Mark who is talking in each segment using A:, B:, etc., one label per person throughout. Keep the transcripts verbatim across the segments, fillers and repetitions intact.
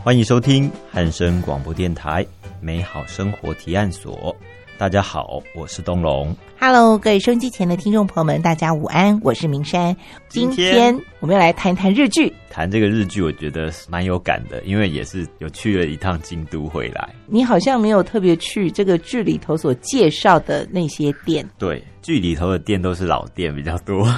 A: 欢迎收听汉声广播电台美好生活提案所。大家好，我是东龙。
B: Hello， 各位收音机前的听众朋友们，大家午安，我是明山。今天我们要来谈谈日剧。
A: 谈这个日剧，我觉得蛮有感的，因为也是有去了一趟京都回来。
B: 你好像没有特别去这个剧里头所介绍的那些店。
A: 对，剧里头的店都是老店比较多。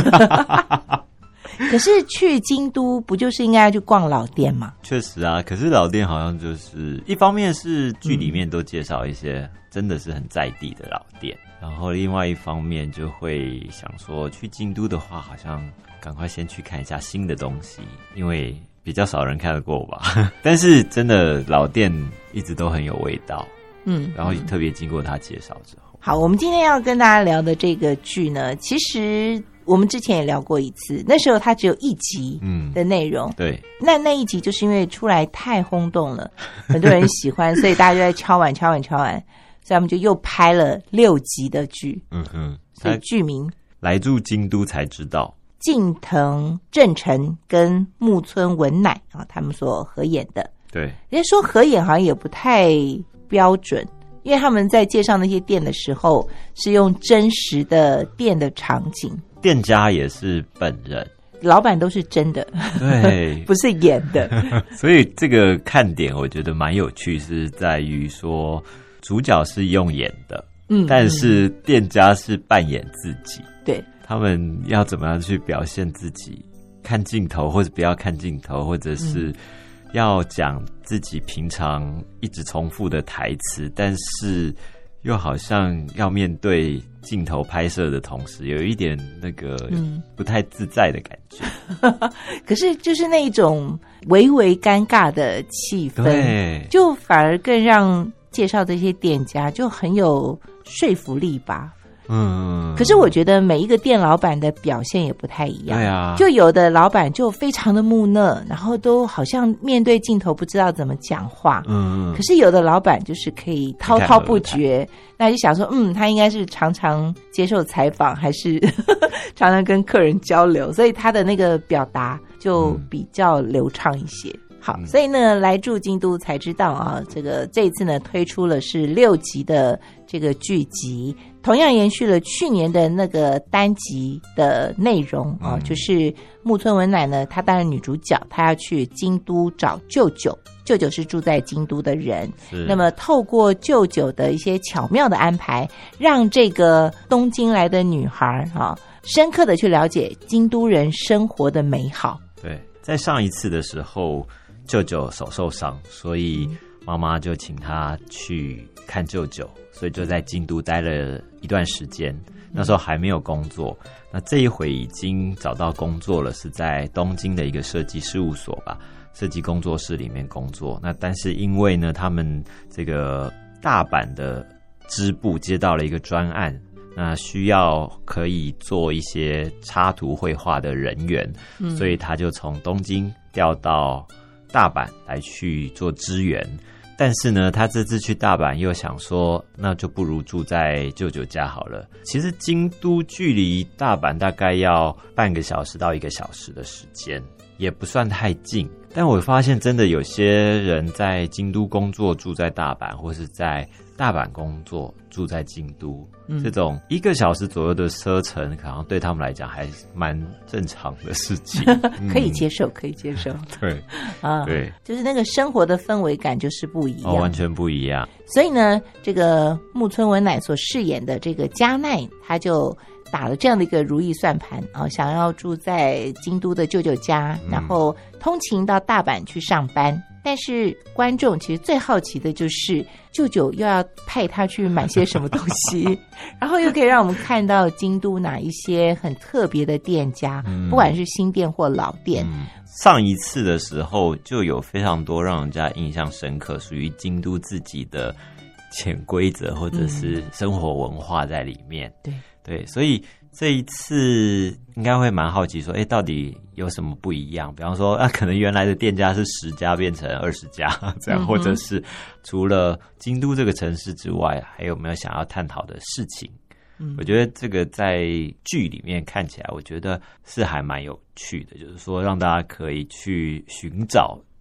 B: 可是去京都不就是应该要去逛老店吗？
A: 确实啊，可是老店好像就是一方面是剧里面都介绍一些真的是很在地的老店，嗯、然后另外一方面就会想说去京都的话，好像赶快先去看一下新的东西，因为比较少人看得过吧。但是真的老店一直都很有味道，嗯，然后特别经过他介绍之后，
B: 好，我们今天要跟大家聊的这个剧呢，其实我们之前也聊过一次，那时候它只有一集的内容，嗯、
A: 对，
B: 那那一集就是因为出来太轰动了，很多人喜欢，所以大家就在敲碗敲碗敲碗，所以他们就又拍了六集的剧，嗯哼，所以剧名
A: 来住京都才知道，
B: 近藤正成跟木村文乃啊，他们所合演的，
A: 对，
B: 人家说合演好像也不太标准。因为他们在介绍那些店的时候是用真实的店的场景，
A: 店家也是本人，
B: 老板都是真的，
A: 对，
B: 不是演的。
A: 所以这个看点我觉得蛮有趣，是在于说主角是用演的，嗯，但是店家是扮演自己，
B: 对，
A: 他们要怎么样去表现自己，看镜头或者不要看镜头，或者是、嗯要讲自己平常一直重复的台词，但是又好像要面对镜头拍摄的同时，有一点那个不太自在的感觉。
B: 嗯、可是就是那种微微尴尬的气氛，
A: 对，
B: 就反而更让介绍这些店家就很有说服力吧。嗯，可是我觉得每一个店老板的表现也不太一样。
A: 对啊，
B: 就有的老板就非常的木讷，然后都好像面对镜头不知道怎么讲话。嗯，可是有的老板就是可以滔滔不绝，那就想说，嗯，他应该是常常接受采访，还是常常跟客人交流，所以他的那个表达就比较流畅一些。好，所以呢，来住京都才知道啊，这个这一次呢推出了是六集的这个剧集，同样延续了去年的那个单集的内容啊，嗯、就是木村文乃呢，她当然女主角，她要去京都找舅舅，舅舅是住在京都的人，那么透过舅舅的一些巧妙的安排，让这个东京来的女孩啊，深刻的去了解京都人生活的美好。
A: 对，在上一次的时候。舅舅手受伤，所以妈妈就请他去看舅舅，所以就在京都待了一段时间。那时候还没有工作，那这一回已经找到工作了，是在东京的一个设计事务所吧，设计工作室里面工作。那但是因为呢，他们这个大阪的支部接到了一个专案，那需要可以做一些插图绘画的人员，嗯、所以他就从东京调到大阪来去做支援，但是呢，他这次去大阪又想说，那就不如住在舅舅家好了。其实京都距离大阪大概要半个小时到一个小时的时间，也不算太近。但我发现真的有些人在京都工作住在大阪，或是在大阪工作住在京都，嗯、这种一个小时左右的车程，可能对他们来讲还蛮正常的事情，
B: 可以接受，可以接受。
A: 对
B: 啊，对，就是那个生活的氛围感就是不一样，
A: 哦，完全不一样。
B: 所以呢，这个木村文乃所饰演的这个加奈，他就打了这样的一个如意算盘啊，想要住在京都的舅舅家，然后通勤到大阪去上班。但是观众其实最好奇的就是舅舅又要派他去买些什么东西，然后又可以让我们看到京都哪一些很特别的店家，嗯、不管是新店或老店。嗯、
A: 上一次的时候就有非常多让人家印象深刻，属于京都自己的潜规则或者是生活文化在里面。
B: 对。
A: 对，所以这一次应该会蛮好奇说，哎，到底有什么不一样？比方说，啊，可能原来的店家是十家变成二十家这样，嗯、或者是除了京都这个城市之外，还有没有想要探讨的事情？嗯、我觉得这个在剧里面看起来，我觉得是还蛮有趣的，就是说让大家可以去寻找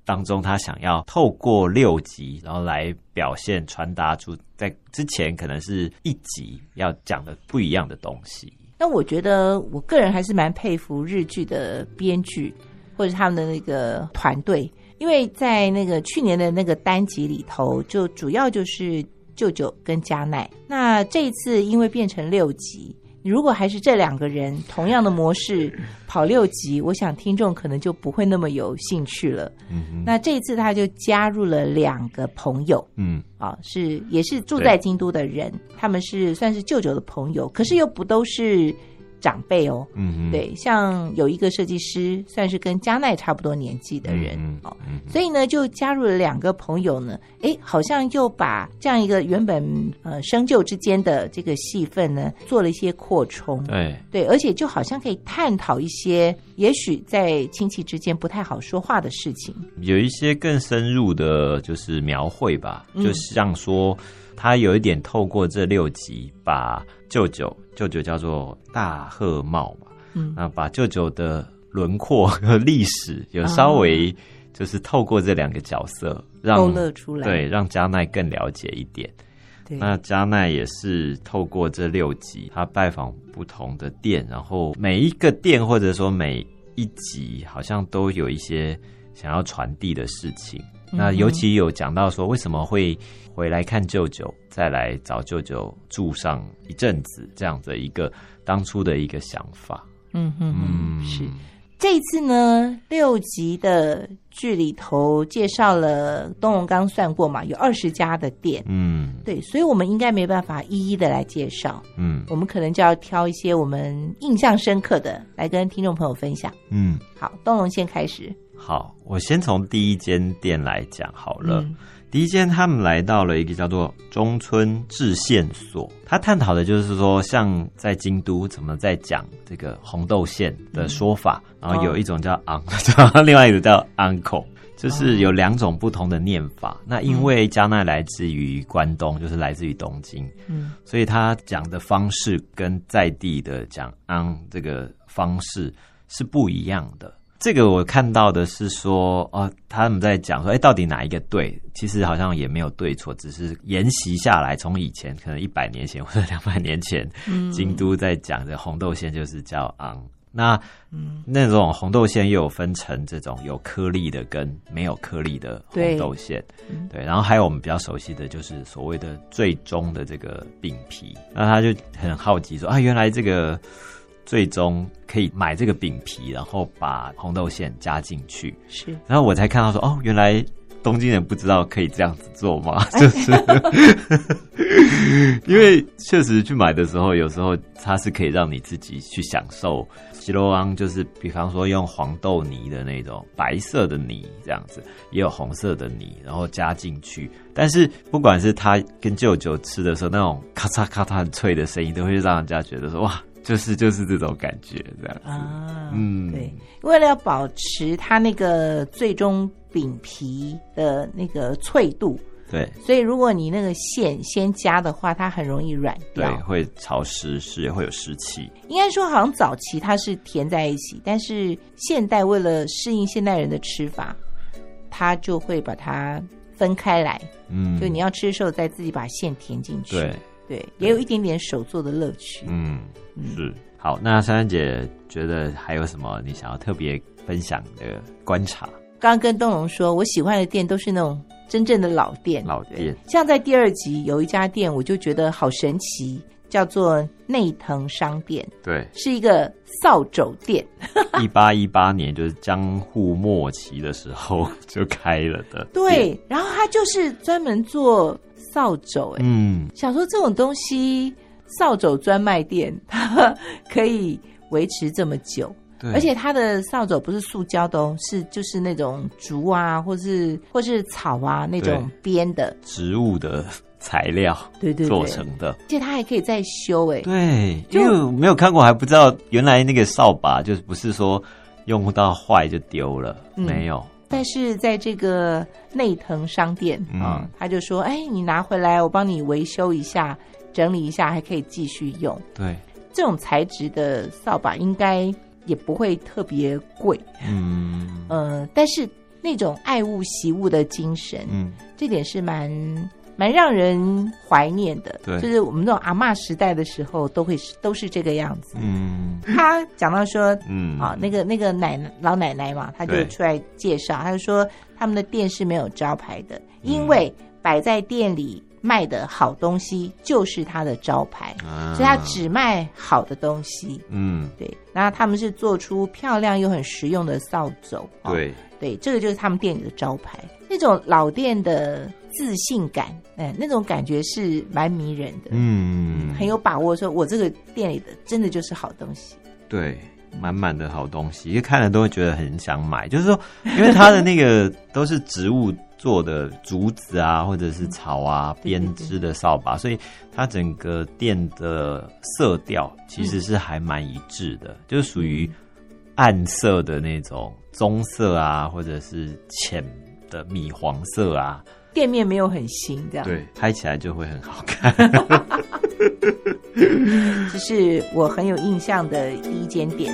A: 当中，他想要透过六集，然后来表现传达出在之前可能是一集要讲的不一样的东西。
B: 那我觉得我个人还是蛮佩服日剧的编剧或者他们的那个团队，因为在那个去年的那个单集里头，就主要就是舅舅跟加奈。那这一次因为变成六集，如果还是这两个人同样的模式跑六集，我想听众可能就不会那么有兴趣了。嗯，那这一次他就加入了两个朋友，嗯，啊，是也是住在京都的人，他们是算是舅舅的朋友，可是又不都是长辈哦，嗯，对，像有一个设计师算是跟加奈差不多年纪的人，嗯哦，所以呢就加入了两个朋友呢，哎，好像又把这样一个原本呃生舅之间的这个戏份呢做了一些扩充，对对，而且就好像可以探讨一些也许在亲戚之间不太好说话的事情，
A: 有一些更深入的就是描绘吧，嗯，就像说他有一点透过这六集把舅舅舅舅叫做大贺茂嘛，嗯，那把舅舅的轮廓和历史有稍微就是透过这两个角色让
B: 勾勒出来，
A: 对，让加奈更了解一点。对，那加奈也是透过这六集，他拜访不同的店，然后每一个店或者说每一集好像都有一些想要传递的事情。嗯，那尤其有讲到说为什么会回来看舅舅，再来找舅舅住上一阵子，这样的一个当初的一个想法。
B: 嗯哼哼，嗯，是。这一次呢，六集的剧里头介绍了东龙刚算过嘛，有二十家的店，嗯，对，所以我们应该没办法一一的来介绍，嗯，我们可能就要挑一些我们印象深刻的来跟听众朋友分享。嗯，好，东龙先开始。
A: 好，我先从第一间店来讲好了。嗯，第一间他们来到了一个叫做中村制线所，他探讨的就是说像在京都怎么在讲这个红豆馅的说法，嗯，然后有一种叫 uncle，哦，另外一个叫 uncle， 就是有两种不同的念法。那因为加奈来自于关东，就是来自于东京，嗯，所以他讲的方式跟在地的讲 un 这个方式是不一样的。这个我看到的是说，哦，他们在讲说，哎，到底哪一个对？其实好像也没有对错，只是沿袭下来，从以前可能一百年前或者两百年前，嗯，京都在讲的红豆馅就是叫昂。那，嗯，那种红豆馅又有分成这种有颗粒的跟没有颗粒的红豆馅，对，对，然后还有我们比较熟悉的就是所谓的最终的这个饼皮。那他就很好奇说，啊，原来这个最终可以买这个饼皮，然后把红豆馅加进去，是，然后我才看到说，哦，原来东京人不知道可以这样子做吗？就是因为确实去买的时候，有时候它是可以让你自己去享受。西罗昂就是比方说用黄豆泥的那种白色的泥这样子，也有红色的泥，然后加进去。但是不管是他跟舅舅吃的时候，那种咔嚓咔嚓很脆的声音，都会让人家觉得说，哇，就是就是这种感觉这样子啊。嗯，对，
B: 为了要保持它那个最终饼皮的那个脆度，
A: 对，
B: 所以如果你那个馅先加的话，它很容易软掉，
A: 对，会潮湿，是也会有湿气。
B: 应该说好像早期它是填在一起，但是现代为了适应现代人的吃法，它就会把它分开来，嗯，就你要吃的时候再自己把馅填进去，对对，也有一点点手做的乐趣。
A: 嗯，是。好，那珊珊姐觉得还有什么你想要特别分享的观察？
B: 刚刚跟东龙说，我喜欢的店都是那种真正的老店，
A: 老店。
B: 像在第二集有一家店，我就觉得好神奇，叫做内藤商店，
A: 对，
B: 是一个扫帚店。
A: 一八一八年就是江户末期的时候就开了的，
B: 对。然后他就是专门做扫帚，哎，嗯，想说这种东西，扫帚专卖店，它可以维持这么久。而且它的扫帚不是塑胶的哦，是就是那种竹啊，或是或是草啊那种编的
A: 植物的材料，对对做成的。
B: 而且它还可以再修，哎，
A: 对，因为我没有看过，还不知道原来那个扫把就是不是说用到坏就丢了，嗯，没有。
B: 但是在这个内藤商店啊，嗯，他就说，哎，你拿回来，我帮你维修一下，整理一下，还可以继续用。
A: 对，
B: 这种材质的扫把应该也不会特别贵，嗯呃，但是那种爱物惜物的精神，嗯，这点是蛮蛮让人怀念的。对，就是我们那种阿嬷时代的时候，都会都是这个样子。嗯，他讲到说，嗯，啊，那个那个奶奶老奶奶嘛，他就出来介绍，他就说他们的店是没有招牌的，因为摆在店里卖的好东西就是他的招牌，啊、所以他只卖好的东西。嗯，对。然后他们是做出漂亮又很实用的扫帚。对、哦、对，这个就是他们店里的招牌。那种老店的自信感，哎，那种感觉是蛮迷人的。嗯，很有把握说我这个店里的真的就是好东西。
A: 对。满满的好东西，因为看了都会觉得很想买。就是说，因为它的那个都是植物做的竹子啊，或者是草啊编织的扫把，所以它整个店的色调其实是还蛮一致的，嗯、就是属于暗色的那种棕色啊，或者是浅的米黄色啊。
B: 店面没有很新，这样
A: 对，拍起来就会很好看。
B: 这是我很有印象的第一间店。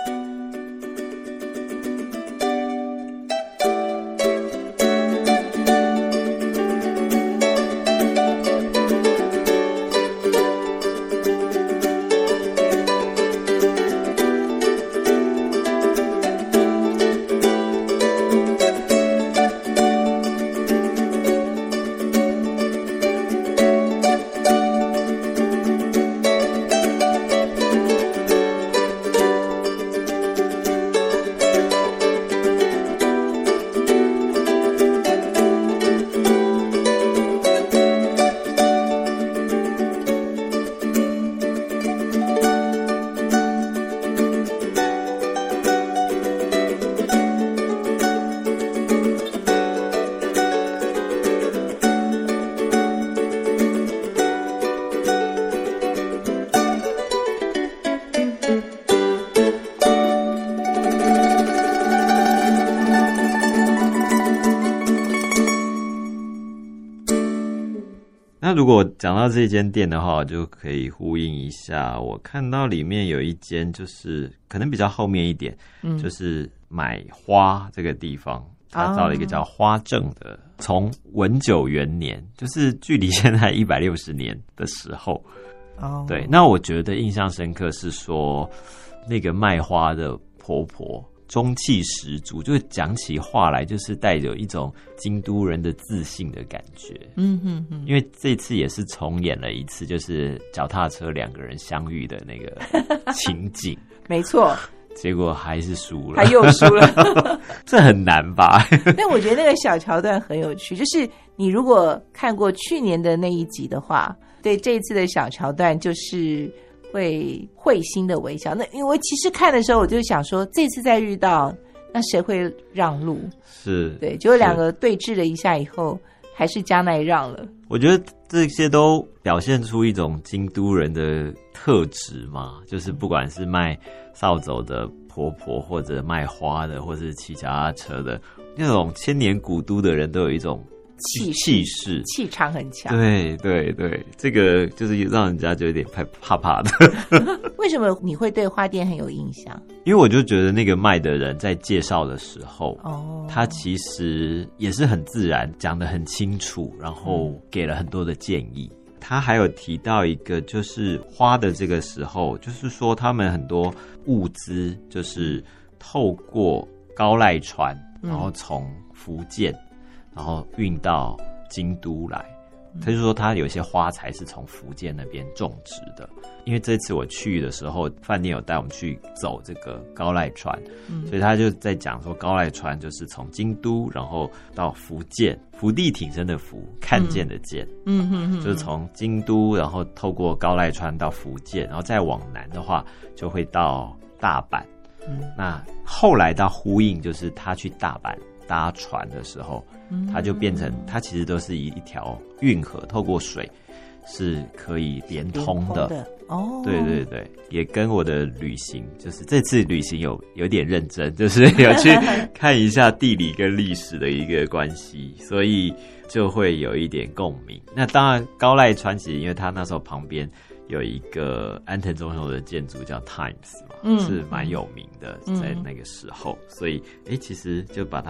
A: 那如果讲到这间店的话，我就可以呼应一下。我看到里面有一间，就是可能比较后面一点，嗯，就是买花这个地方，他造了一个叫花正的，从文九元年，就是距离现在一百六十年的时候。哦，对，那我觉得印象深刻是说，那个卖花的婆婆中气十足，就是讲起话来就是带有一种京都人的自信的感觉。嗯哼哼，因为这次也是重演了一次，就是脚踏车两个人相遇的那个情景。
B: 没错，
A: 结果还是输了，
B: 他又输了。
A: 这很难吧？
B: 但我觉得那个小桥段很有趣，就是你如果看过去年的那一集的话，对这一次的小桥段就是会会心的微笑。那因为我其实看的时候，我就想说，这次再遇到，那谁会让路？是，对，结果两个对峙了一下以后，还是加奈让了。
A: 我觉得这些都表现出一种京都人的特质嘛，就是不管是卖扫帚的婆婆，或者卖花的，或者是骑脚踏车的，那种千年古都的人都有一种气气势，
B: 气场很强。
A: 对对对，这个就是让人家就有点怕怕的。
B: 为什么你会对花店很有印象？
A: 因为我就觉得那个卖的人在介绍的时候，哦，他其实也是很自然，讲得很清楚，然后给了很多的建议。他还有提到一个，就是花的这个时候，就是说他们很多物资就是透过高濑船，然后从福建。然后运到京都来，他就说他有些花材是从福建那边种植的。因为这次我去的时候，饭店有带我们去走这个高濑川，嗯、所以他就在讲说高濑川就是从京都然后到福建，福地挺身的福，看见的见，嗯哼哼，就是从京都然后透过高濑川到福建，然后再往南的话就会到大阪。嗯、那后来到呼应，就是他去大阪搭船的时候，它就变成它其实都是一一条运河，透过水是可以连通的。
B: 连通的哦，
A: 对对对，也跟我的旅行，就是这次旅行有有点认真，就是有去看一下地理跟历史的一个关系，所以就会有一点共鸣。那当然，高濑川其实因为它那时候旁边有一个安藤忠雄的建筑叫 Times 嘛，嗯、是蛮有名的，在那个时候，嗯、所以哎，其实就把它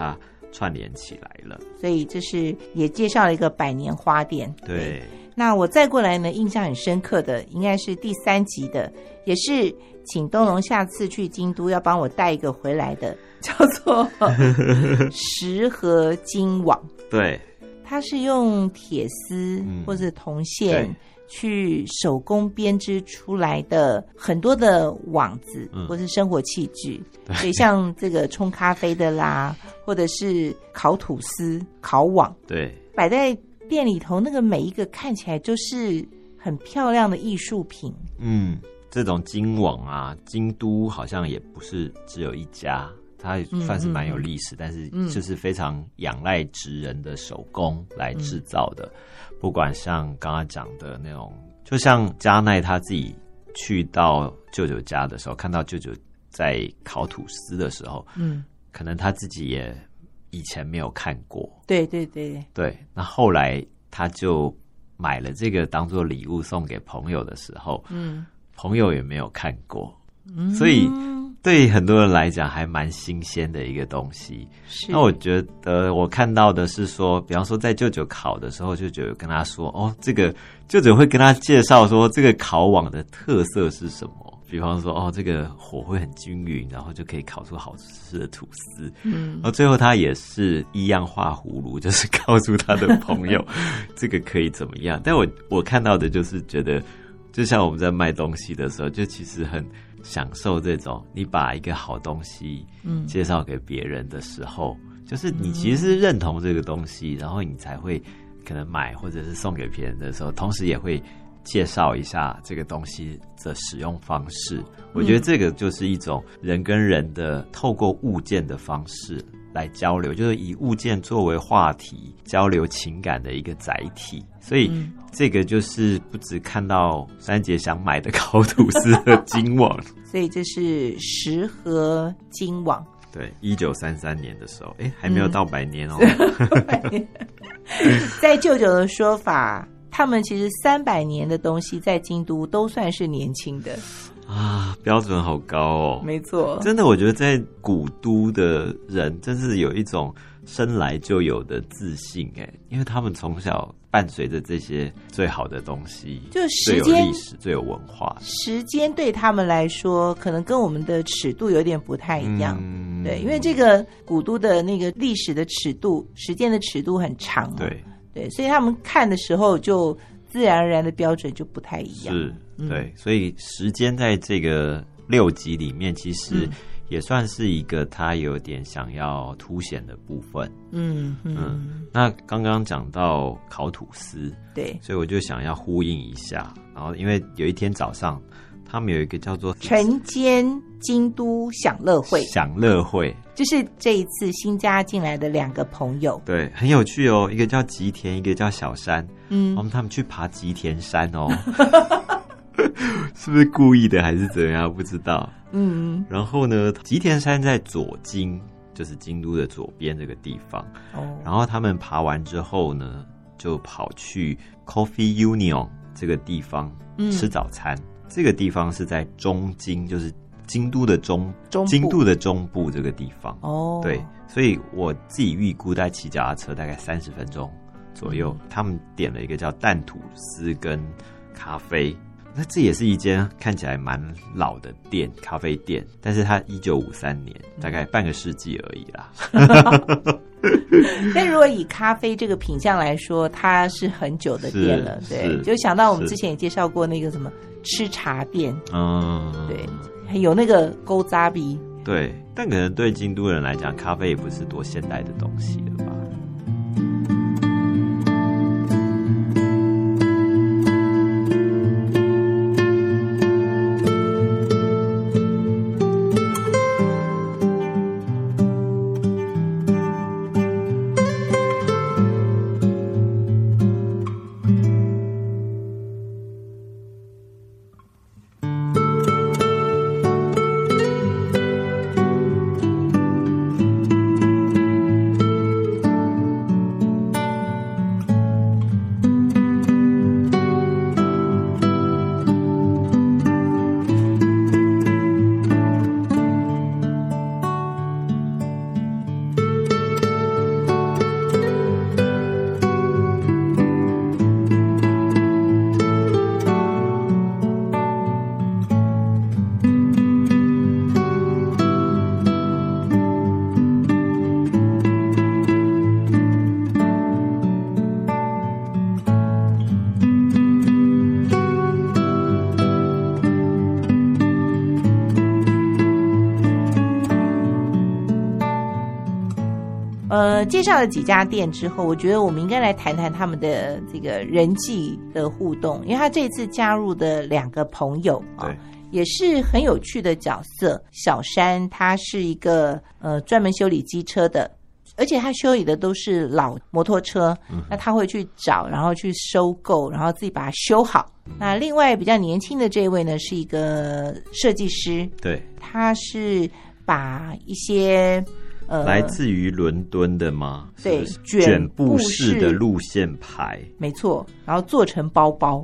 A: 串联起来了。
B: 所以这是也介绍了一个百年花店。
A: 对，对，
B: 那我再过来呢，印象很深刻的应该是第三集的，也是请东龙下次去京都要帮我带一个回来的，叫做石河金网。
A: 对，
B: 它是用铁丝或者铜线、嗯、去手工编织出来的很多的网子、嗯、或是生活器具，所以像这个冲咖啡的啦，或者是烤吐司、烤网，
A: 对，
B: 摆在店里头，那个每一个看起来就是很漂亮的艺术品。
A: 嗯，这种金网啊，京都好像也不是只有一家，它算是蛮有历史、嗯嗯嗯、但是就是非常仰赖职人的手工来制造的、嗯、不管像刚刚讲的那种，就像加奈他自己去到舅舅家的时候，看到舅舅在烤吐司的时候，嗯，可能他自己也以前没有看过，
B: 对对对
A: 对，那后来他就买了这个当做礼物送给朋友的时候，嗯，朋友也没有看过，嗯，所以对很多人来讲还蛮新鲜的一个东西。那我觉得我看到的是说，比方说在舅舅烤的时候，舅舅有跟他说，哦，这个舅舅会跟他介绍说这个烤网的特色是什么。比方说，哦，这个火会很均匀，然后就可以烤出好吃的吐司。嗯，然后最后他也是一样画葫芦，就是告诉他的朋友这个可以怎么样。但我我看到的就是觉得，就像我们在卖东西的时候，就其实很享受这种你把一个好东西介绍给别人的时候，嗯、就是你其实是认同这个东西，然后你才会可能买或者是送给别人的时候，同时也会介绍一下这个东西的使用方式。我觉得这个就是一种人跟人的透过物件的方式来交流，就是以物件作为话题交流情感的一个载体。所以这个就是不只看到珊姐想买的烤吐司的金网
B: 所以这是石河金网。
A: 对，一九三三年的时候，哎，还没有到百年哦。
B: 嗯、在舅舅的说法，他们其实三百年的东西在京都都算是年轻的
A: 啊，标准好高哦。
B: 没错，
A: 真的，我觉得在古都的人真是有一种生来就有的自信哎，因为他们从小伴随着这些最好的东西，
B: 就时间
A: 最有历史、最有文化。
B: 时间对他们来说，可能跟我们的尺度有点不太一样。嗯、对，因为这个古都的那个历史的尺度、时间的尺度很长、啊。对。对，所以他们看的时候就自然而然的标准就不太一样。
A: 是，对，嗯、所以时间在这个六集里面，其实也算是一个他有点想要凸显的部分。嗯 嗯, 嗯，那刚刚讲到烤吐司，
B: 对，
A: 所以我就想要呼应一下。然后因为有一天早上，他们有一个叫做
B: 晨间京都享乐会，
A: 享乐会
B: 就是这一次新加进来的两个朋友，
A: 对，很有趣哦。一个叫吉田，一个叫小山。嗯，我们他们去爬吉田山哦，是不是故意的还是怎样？不知道。嗯，然后呢，吉田山在左京，就是京都的左边这个地方。哦，然后他们爬完之后呢，就跑去 Coffee Union 这个地方吃早餐。嗯，这个地方是在中京，就是京都的中中京都的中部这个地方。哦，对，所以我自己预估在骑脚踏车大概三十分钟左右。嗯、他们点了一个叫蛋吐司跟咖啡，那这也是一间看起来蛮老的店，咖啡店，但是它一九五三年，大概半个世纪而已啦。
B: 但如果以咖啡这个品项来说，它是很久的店了。对，就想到我们之前也介绍过那个什么吃茶店，嗯，对，有那个勾扎比。
A: 对，但可能对京都人来讲，咖啡也不是多现代的东西了吧。
B: 呃，介绍了几家店之后，我觉得我们应该来谈谈他们的这个人际的互动，因为他这次加入的两个朋友啊、哦，也是很有趣的角色。小山他是一个呃专门修理机车的，而且他修理的都是老摩托车，嗯、那他会去找，然后去收购，然后自己把它修好。嗯、那另外比较年轻的这位呢，是一个设计师，
A: 对，
B: 他是把一些。
A: 呃，来自于伦敦的吗？
B: 对，
A: 卷布式的路线牌，
B: 没错，然后做成包包，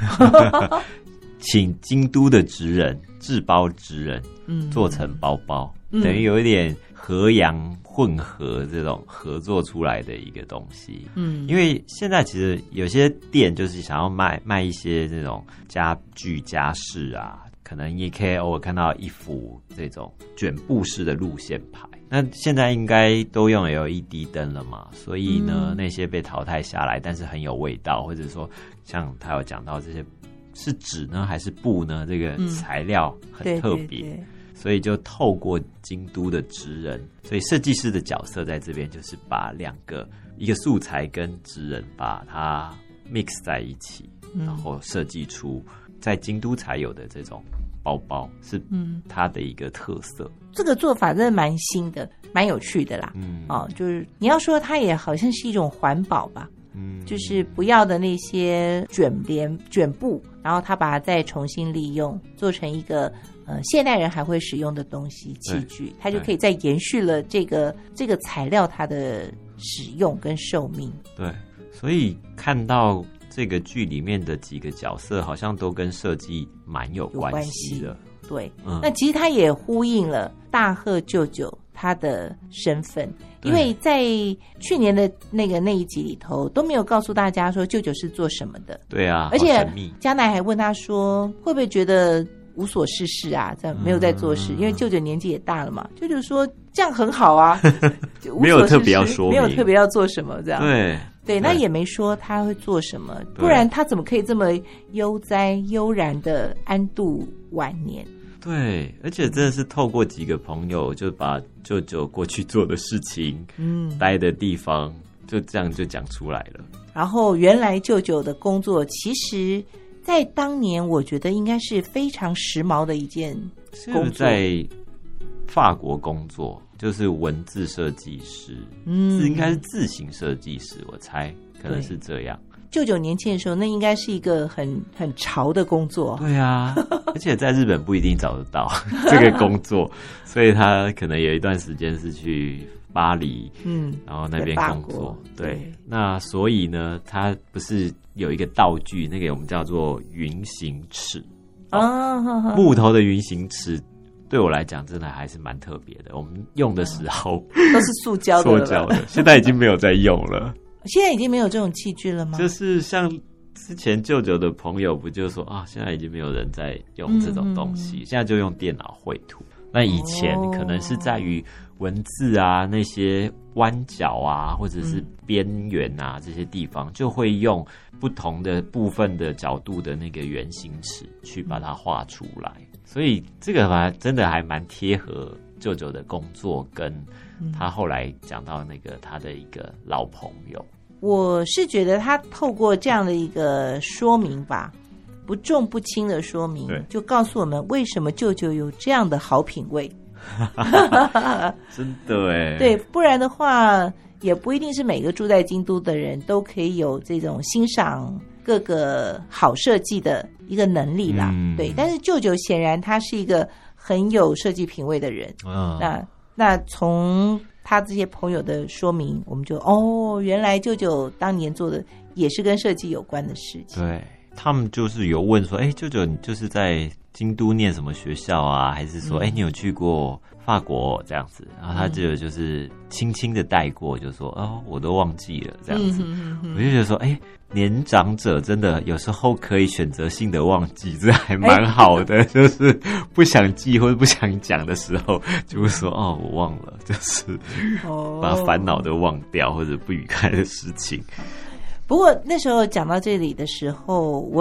A: 请京都的职人制包职人，嗯，做成包包，嗯、等于有一点和洋混合这种合作出来的一个东西。嗯，因为现在其实有些店就是想要卖卖一些这种家具家饰啊，可能也可以偶尔看到一幅这种卷布式的路线牌。那现在应该都用 L E D 灯了嘛，所以呢、嗯、那些被淘汰下来但是很有味道，或者说像他有讲到这些是纸呢还是布呢，这个材料很特别、嗯、对对对，所以就透过京都的职人，所以设计师的角色在这边就是把两个一个素材跟职人把它 mix 在一起、嗯、然后设计出在京都才有的这种包包，是它的一个特色、嗯、
B: 这个做法真的蛮新的，蛮有趣的啦。嗯，哦，就是你要说它也好像是一种环保吧，嗯，就是不要的那些卷帘卷布，然后它把它再重新利用，做成一个呃现代人还会使用的东西器具，它就可以再延续了这个这个材料它的使用跟寿命。
A: 对，所以看到这个剧里面的几个角色好像都跟设计蛮有关系的。
B: 对、嗯，那其实他也呼应了大贺舅舅他的身份，因为在去年的那个那一集里头都没有告诉大家说舅舅是做什么的。
A: 对啊，
B: 而且嘉奈还问他说会不会觉得无所事事啊，这样没有在做事、嗯、因为舅舅年纪也大了嘛。舅舅说这样很好啊
A: 没有特别要说明，
B: 没有特别要做什么这样。
A: 对
B: 对，那也没说他会做什么，不然他怎么可以这么悠哉悠然的安度晚年。
A: 对，而且真的是透过几个朋友就把舅舅过去做的事情，嗯，待的地方就这样就讲出来了。
B: 然后原来舅舅的工作其实在当年我觉得应该是非常时髦的一件工作，
A: 在法国工作就是文字设计师，嗯，是应该是字形设计师，我猜可能是这样。
B: 舅舅年轻的时候那应该是一个很很潮的工作。
A: 对啊而且在日本不一定找得到这个工作所以他可能有一段时间是去巴黎，嗯，然后那边工作。 对, 对，那所以呢他不是有一个道具，那个我们叫做云形尺、哦哦、木头的云形尺对我来讲真的还是蛮特别的，我们用的时候、
B: 嗯、都是塑胶的
A: 塑胶的现在已经没有在用了
B: 现在已经没有这种器具了吗？
A: 就是像之前舅舅的朋友不就说啊，现在已经没有人在用这种东西、嗯、现在就用电脑绘图。那以前可能是在于文字啊、那些弯角啊或者是边缘啊、嗯、这些地方就会用不同的部分的角度的那个圆形尺去把它画出来，所以这个反正真的还蛮贴合舅舅的工作跟他后来讲到那个他的一个老朋友。
B: 我是觉得他透过这样的一个说明吧，不重不轻的说明，就告诉我们为什么舅舅有这样的好品味
A: 真的耶，
B: 对，不然的话也不一定是每个住在京都的人都可以有这种欣赏各个好设计的一个能力啦、嗯、对，但是舅舅显然他是一个很有设计品味的人、嗯、那那从他这些朋友的说明我们就哦，原来舅舅当年做的也是跟设计有关的事情。
A: 对，他们就是有问说，哎，舅舅你就是在京都念什么学校啊，还是说哎、嗯、你有去过法国这样子，然后他就就是轻轻的带过，就说哦我都忘记了这样子、嗯、哼哼哼我就觉得说哎，年长者真的有时候可以选择性的忘记，这还蛮好的、欸、就是不想记或者不想讲的时候就会说哦我忘了，就是把烦恼都忘掉或者不愉快的事情。
B: 不过那时候讲到这里的时候，我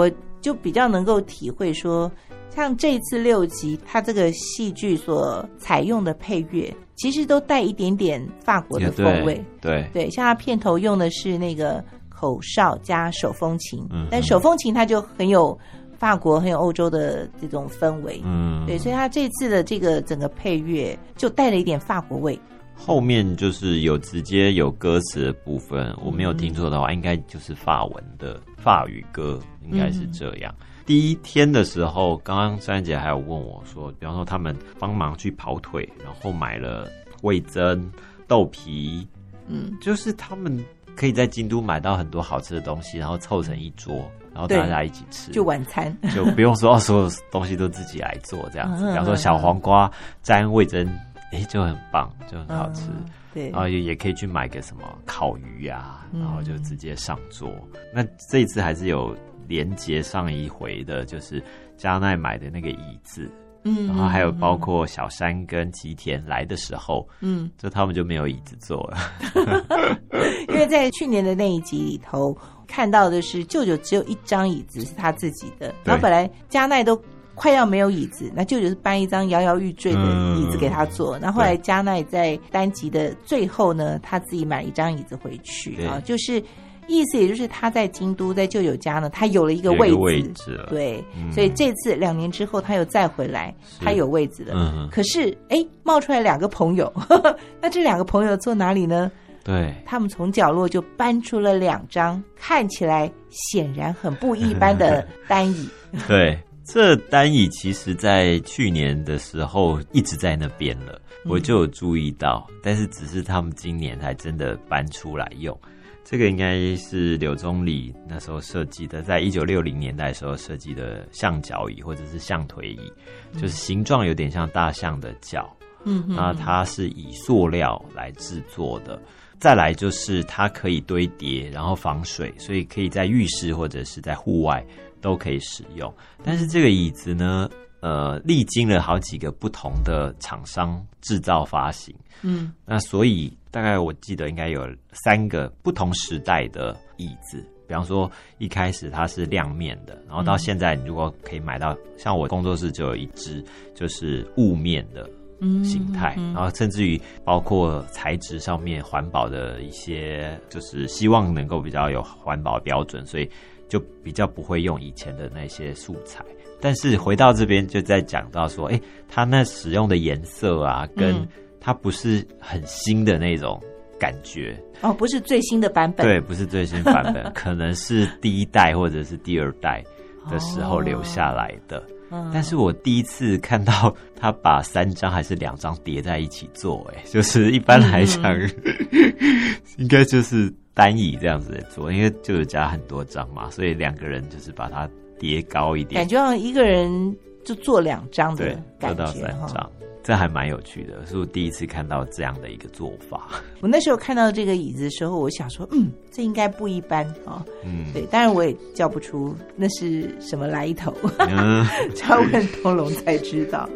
B: 就比较能够体会说，像这次六集它这个戏剧所采用的配乐其实都带一点点法国的风味。
A: 对 对,
B: 对，像它片头用的是那个口哨加手风琴，嗯，但手风琴它就很有法国很有欧洲的这种氛围，嗯，对，所以它这次的这个整个配乐就带了一点法国味。
A: 后面就是有直接有歌词的部分，我没有听错的话，应该就是法文的法语歌，应该是这样。嗯，第一天的时候，刚刚珊珊姐还有问我说，比方说他们帮忙去跑腿，然后买了味噌、豆皮，嗯，就是他们可以在京都买到很多好吃的东西，然后凑成一桌，然后大家一起吃，
B: 就晚餐，
A: 就不用说所有东西都自己来做这样子。比方说小黄瓜沾味噌，哎，就很棒，就很好吃。嗯，对，然后也也可以去买个什么烤鱼啊，然后就直接上桌。嗯，那这一次还是有连接上一回的，就是加奈买的那个椅子，嗯，然后还有包括小山跟吉田来的时候，嗯，就他们就没有椅子坐了，
B: 因为在去年的那一集里头看到的是舅舅只有一张椅子是他自己的，然后本来加奈都快要没有椅子，那舅舅是搬一张摇摇欲坠的椅子给他坐，那、嗯、后, 后来加奈在单集的最后呢，他自己买了一张椅子回去啊，就是意思也就是他在京都在舅舅家呢，他有了一个位置，
A: 位置了，
B: 对、嗯，所以这次两年之后他又再回来，他有位置了。嗯，可是哎，冒出来两个朋友，呵呵，那这两个朋友坐哪里呢？
A: 对，
B: 他们从角落就搬出了两张看起来显然很不一般的单椅。
A: 对。这单椅其实在去年的时候一直在那边了，我就有注意到，嗯，但是只是他们今年才真的搬出来用。这个应该是柳宗理那时候设计的，在一九六零年代的时候设计的象脚椅或者是象腿椅，嗯，就是形状有点像大象的脚，嗯，那它是以塑料来制作的。再来就是它可以堆叠，然后防水，所以可以在浴室或者是在户外都可以使用。但是这个椅子呢，呃，历经了好几个不同的厂商制造发行，嗯，那所以大概我记得应该有三个不同时代的椅子。比方说一开始它是亮面的，然后到现在你如果可以买到，像我工作室就有一只就是雾面的形态，然后甚至于包括材质上面环保的一些，就是希望能够比较有环保标准，所以就比较不会用以前的那些素材。但是回到这边就在讲到说，哎，它那使用的颜色啊，跟它不是很新的那种感觉，
B: 哦，不是最新的版本，
A: 对，不是最新版本，可能是第一代或者是第二代的时候留下来的。哦，但是我第一次看到他把三张还是两张叠在一起做，哎，就是一般来讲，嗯，应该就是单椅这样子做，因为就有加很多张嘛，所以两个人就是把它叠高一点，
B: 感觉好像一个人就做两张的感觉，
A: 做到三张。这还蛮有趣的，是我第一次看到这样的一个做法。
B: 我那时候看到这个椅子的时候，我想说，嗯，这应该不一般啊，哦。嗯，对，当然我也叫不出那是什么来头，嗯，要问东龙才知道。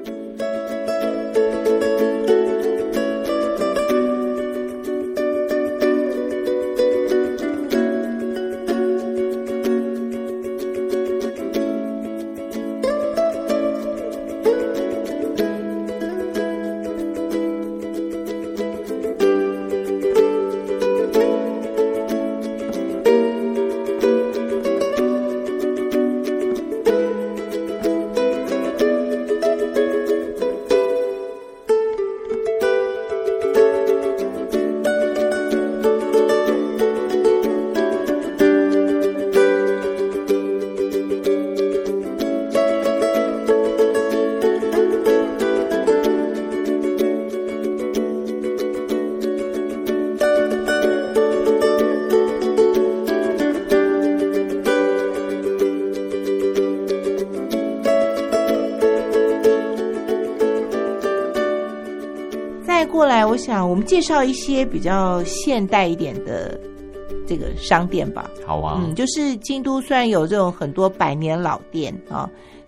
B: 过来我想我们介绍一些比较现代一点的这个商店吧。
A: 好啊，
B: 嗯，就是京都虽然有这种很多百年老店啊，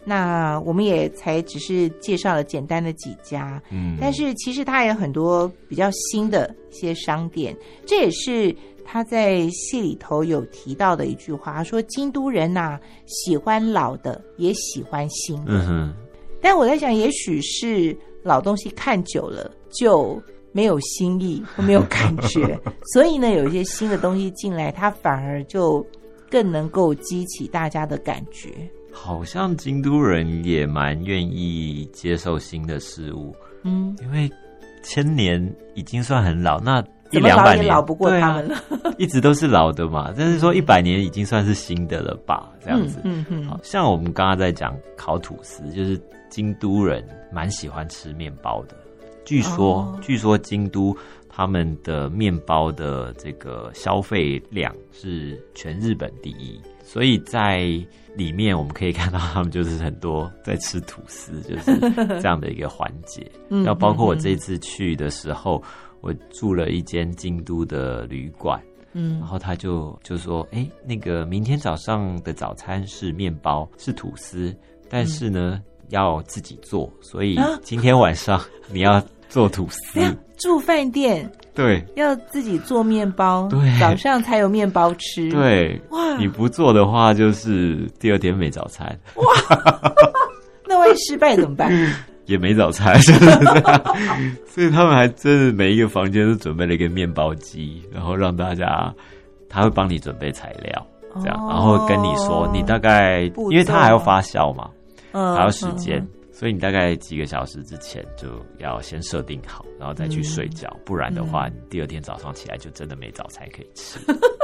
B: 那我们也才只是介绍了简单的几家，嗯，但是其实它有很多比较新的一些商店，这也是他在戏里头有提到的一句话，他说京都人呐、啊，喜欢老的也喜欢新的，嗯哼，但我在想也许是老东西看久了就没有新意或没有感觉所以呢有一些新的东西进来，它反而就更能够激起大家的感觉。
A: 好像京都人也蛮愿意接受新的事物，嗯，因为千年已经算很老，那一两百年
B: 老不过他们了、啊、
A: 一直都是老的嘛，但是说一百年已经算是新的了吧，这样子。嗯嗯，好像我们刚刚在讲烤吐司，就是京都人蛮喜欢吃面包的，据说、哦、据说京都他们的面包的这个消费量是全日本第一，所以在里面我们可以看到他们就是很多在吃吐司，就是这样的一个环节。然后包括我这次去的时候，我住了一间京都的旅馆，嗯，然后他就就说，哎、欸，那个明天早上的早餐是面包，是吐司，但是呢、嗯、要自己做，所以今天晚上你要做吐司。
B: 啊、住饭店。
A: 对，
B: 要自己做面包，对，早上才有面包吃。
A: 对，哇，你不做的话，就是第二天没早餐。
B: 哇，那万一失败怎么办？
A: 也没早餐，就是这样。所以他们还真的每一个房间都准备了一个面包机，然后让大家，他会帮你准备材料，这样，哦、然后跟你说你大概，因为他还要发酵嘛，嗯，还要时间。嗯嗯，所以你大概几个小时之前就要先设定好，然后再去睡觉，嗯、不然的话，你第二天早上起来就真的没早餐可以吃。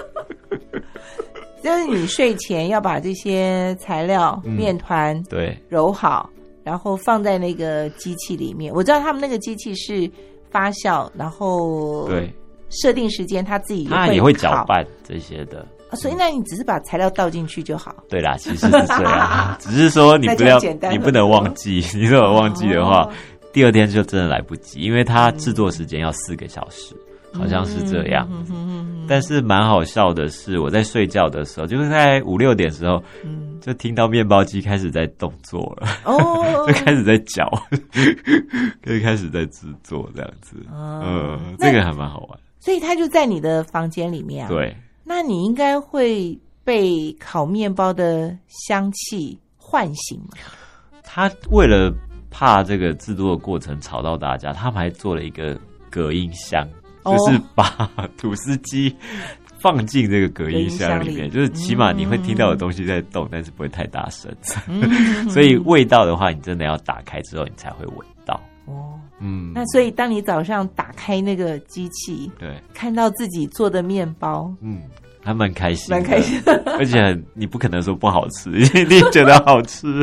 B: 就是你睡前要把这些材料、嗯、面团
A: 对
B: 揉好，然后放在那个机器里面。我知道他们那个机器是发酵，然后对设定时间，他自己也会
A: 他也会搅拌这些的。
B: 啊、所以那你只是把材料倒进去就好。
A: 对啦，其实是这样，只是说你不要，你不能忘记，你如果忘记的话，哦、第二天就真的来不及，因为它制作时间要四个小时，嗯、好像是这样。嗯、哼哼哼，但是蛮好笑的是，我在睡觉的时候，就是在五六点的时候，嗯、就听到面包机开始在动作了，哦，就开始在搅，就开始在制作这样子。哦、嗯，这个还蛮好玩。
B: 所以它就在你的房间里面啊？
A: 对。
B: 那你应该会被烤面包的香气唤醒吗？
A: 他为了怕这个制作的过程吵到大家，他们还做了一个隔音箱，哦、就是把吐司机放进这个隔音箱里面，就是起码你会听到有东西在动，嗯、但是不会太大声。嗯、所以味道的话，你真的要打开之后，你才会闻到。
B: 哦，嗯，那所以当你早上打开那个机器，对，看到自己做的面包，
A: 嗯，还蛮开心，
B: 蛮开心的，
A: 而且你不可能说不好吃，一定觉得好吃。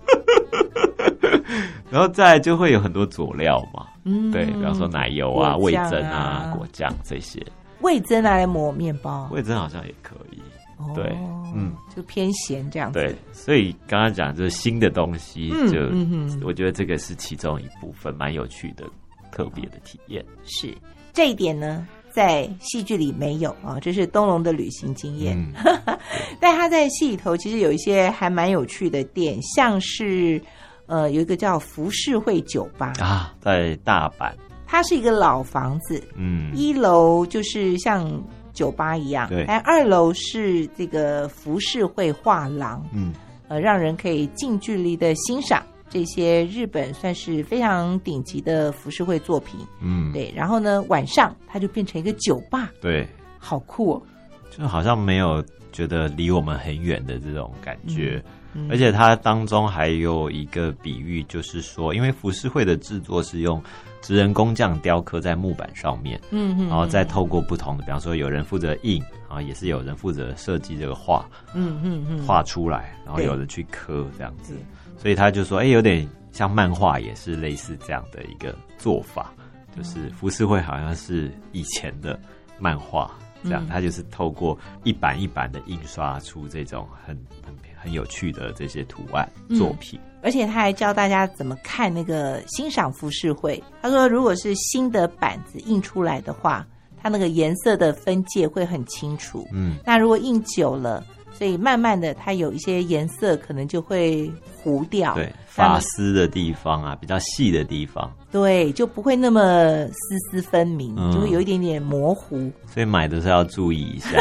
A: 然后再来就会有很多佐料嘛，嗯，对，比方说奶油啊、味噌啊、果酱这些。
B: 味噌拿来抹面包，
A: 味噌好像也可以。对，嗯，
B: 就偏咸这样子。
A: 对，所以刚刚讲就是新的东西，就、嗯嗯、我觉得这个是其中一部分，蛮有趣的、特别的体验。
B: 是这一点呢，在戏剧里没有啊，这是东龙的旅行经验。嗯、但他在戏里头其实有一些还蛮有趣的店，像是呃有一个叫浮世绘酒吧
A: 啊，在大阪，
B: 它是一个老房子，嗯，一楼就是像酒吧一样，对，二楼是这个浮世绘画廊，嗯，呃，让人可以近距离的欣赏这些日本算是非常顶级的浮世绘作品，嗯，对。然后呢，晚上它就变成一个酒吧，
A: 对，
B: 好酷哦，
A: 就好像没有觉得离我们很远的这种感觉。嗯嗯、而且它当中还有一个比喻，就是说，因为浮世绘的制作是用职人工匠雕刻在木板上面，嗯嗯，然后再透过不同的，比方说有人负责印，然后也是有人负责设计这个画，嗯嗯嗯，画出来，然后有人去刻这样子，所以他就说，哎、欸，有点像漫画，也是类似这样的一个做法，就是浮世绘好像是以前的漫画这样，他就是透过一版一版的印刷出这种很很很有趣的这些图案作品。嗯，
B: 而且他还教大家怎么看那个欣赏浮世绘。他说，如果是新的板子印出来的话，它那个颜色的分界会很清楚。嗯，那如果印久了， 所以慢慢的它有一些颜色可能就会糊掉，
A: 对，发丝的地方啊，比较细的地方，
B: 对，就不会那么丝丝分明，嗯，就会有一点点模糊，
A: 所以买的时候要注意一下。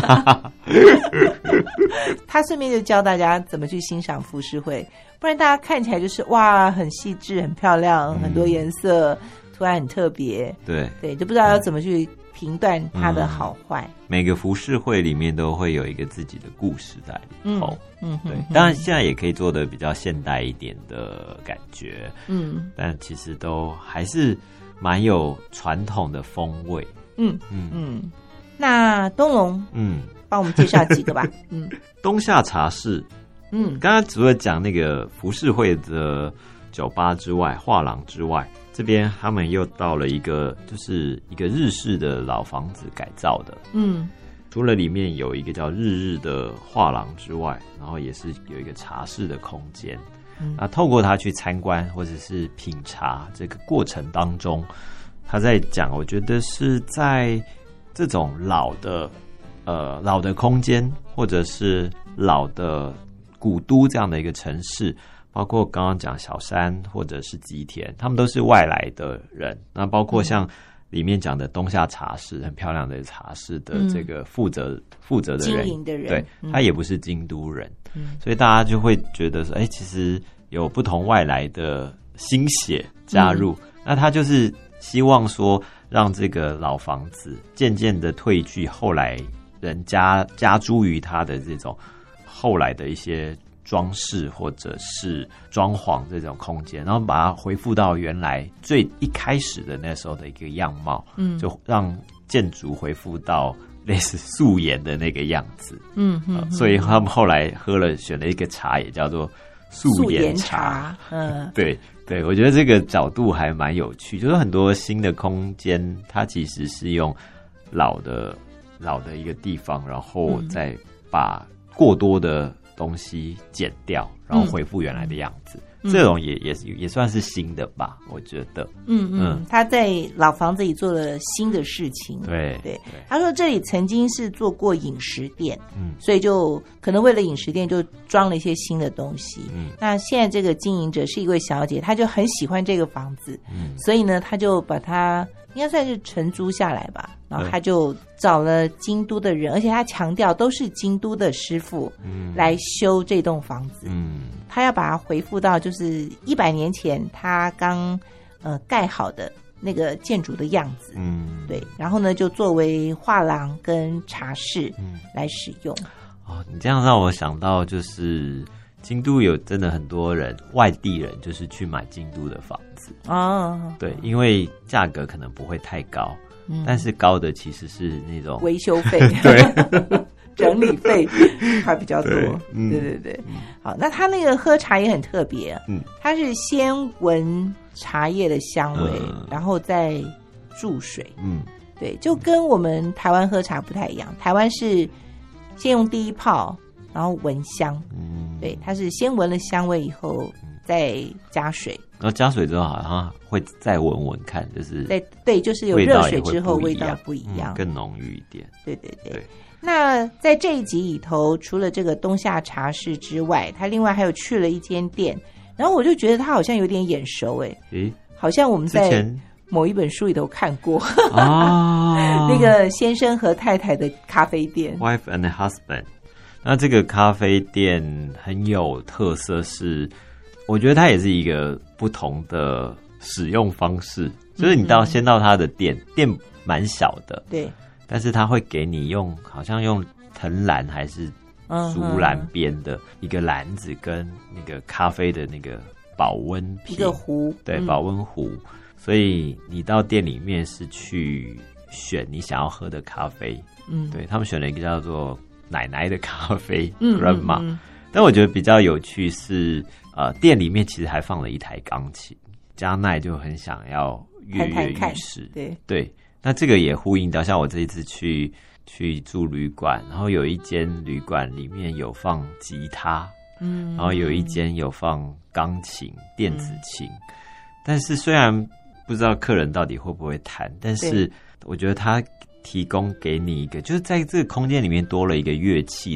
B: 他顺便就教大家怎么去欣赏浮世绘，不然大家看起来就是哇很细致很漂亮，嗯，很多颜色图案很特别，
A: 对
B: 对，就不知道要怎么去评断它的好坏，
A: 嗯，每个浮世绘里面都会有一个自己的故事在里头，
B: 嗯，嗯，
A: 对，当然现在也可以做的比较现代一点的感觉，嗯，但其实都还是蛮有传统的风味，嗯
B: 嗯嗯。那东龙，嗯，帮我们介绍几个吧，嗯，
A: 冬夏茶室，嗯，刚刚除了讲那个浮世绘的酒吧之外，画廊之外，这边他们又到了一个就是一个日式的老房子改造的，嗯，除了里面有一个叫日日的画廊之外，然后也是有一个茶室的空间，嗯，那透过他去参观或者是品茶这个过程当中，他在讲，我觉得是在这种老的呃老的空间或者是老的古都这样的一个城市，包括刚刚讲小山或者是吉田，他们都是外来的人。那包括像里面讲的冬夏茶室，很漂亮的茶室的这个负责负责的人，
B: 经营的人，
A: 对，他也不是京都人，嗯，所以大家就会觉得说，哎，其实有不同外来的新血加入，嗯，那他就是希望说，让这个老房子渐渐的褪去后来人加加诸于它的这种后来的一些装饰或者是装潢这种空间，然后把它恢复到原来最一开始的那时候的一个样貌，嗯，就让建筑恢复到类似素颜的那个样子，嗯嗯，呃，所以他们后来喝了选了一个茶，也叫做素颜茶，嗯，对。对，我觉得这个角度还蛮有趣，就是很多新的空间，它其实是用老的老的一个地方，然后再把过多的东西剪掉，然后恢复原来的样子。嗯，这种也也也算是新的吧，我觉得。
B: 嗯嗯，他在老房子里做了新的事情。
A: 对
B: 对, 对，他说这里曾经是做过饮食店，嗯，所以就可能为了饮食店就装了一些新的东西。嗯，那现在这个经营者是一位小姐，她就很喜欢这个房子，嗯，所以呢，她就把它应该算是承租下来吧。然后他就找了京都的人，而且他强调都是京都的师傅来修这栋房子。嗯，他要把它恢复到就是一百年前他刚呃盖好的那个建筑的样子。嗯，对。然后呢，就作为画廊跟茶室来使用。
A: 哦，你这样让我想到，就是京都有真的很多人外地人，就是去买京都的房子。哦，对，因为价格可能不会太高。嗯，但是高的其实是那种
B: 维修费，
A: 对，
B: 整理费还比较多。对，嗯，对对对。好，那他那个喝茶也很特别，嗯，他是先闻茶叶的香味，嗯，然后再注水，嗯，对，就跟我们台湾喝茶不太一样。台湾是先用第一泡，然后闻香，嗯，对，他是先闻了香味以后再加水。
A: 然后加水之后好像会再闻闻看，就是
B: 对对，就是有热水之后味道不一样，
A: 嗯，更浓郁一点。
B: 对对 对, 对。那在这一集里头，除了这个冬夏茶室之外，他另外还有去了一间店，然后我就觉得他好像有点眼熟，哎，诶，好像我们在某一本书里头看过啊，那个先生和太太的咖啡店
A: ，Wife and Husband。那这个咖啡店很有特色是。我觉得它也是一个不同的使用方式，就是你到先到它的店，店蛮小的，
B: 对，
A: 但是它会给你用好像用藤篮还是竹篮编的一个篮子跟那个咖啡的那个保温瓶，
B: 一个壶，
A: 对，保温壶，嗯，所以你到店里面是去选你想要喝的咖啡，嗯，对，他们选了一个叫做奶奶的咖啡，嗯 ，Grandma，嗯嗯，但我觉得比较有趣是。呃，店里面其实还放了一台钢琴，加奈就很想要跃跃欲试，
B: 对
A: 对。那这个也呼应到，像我这一次去去住旅馆，然后有一间旅馆里面有放吉他，嗯，然后有一间有放钢琴、电子琴，嗯，但是虽然不知道客人到底会不会弹，但是我觉得它提供给你一个，就是在这个空间里面多了一个乐器的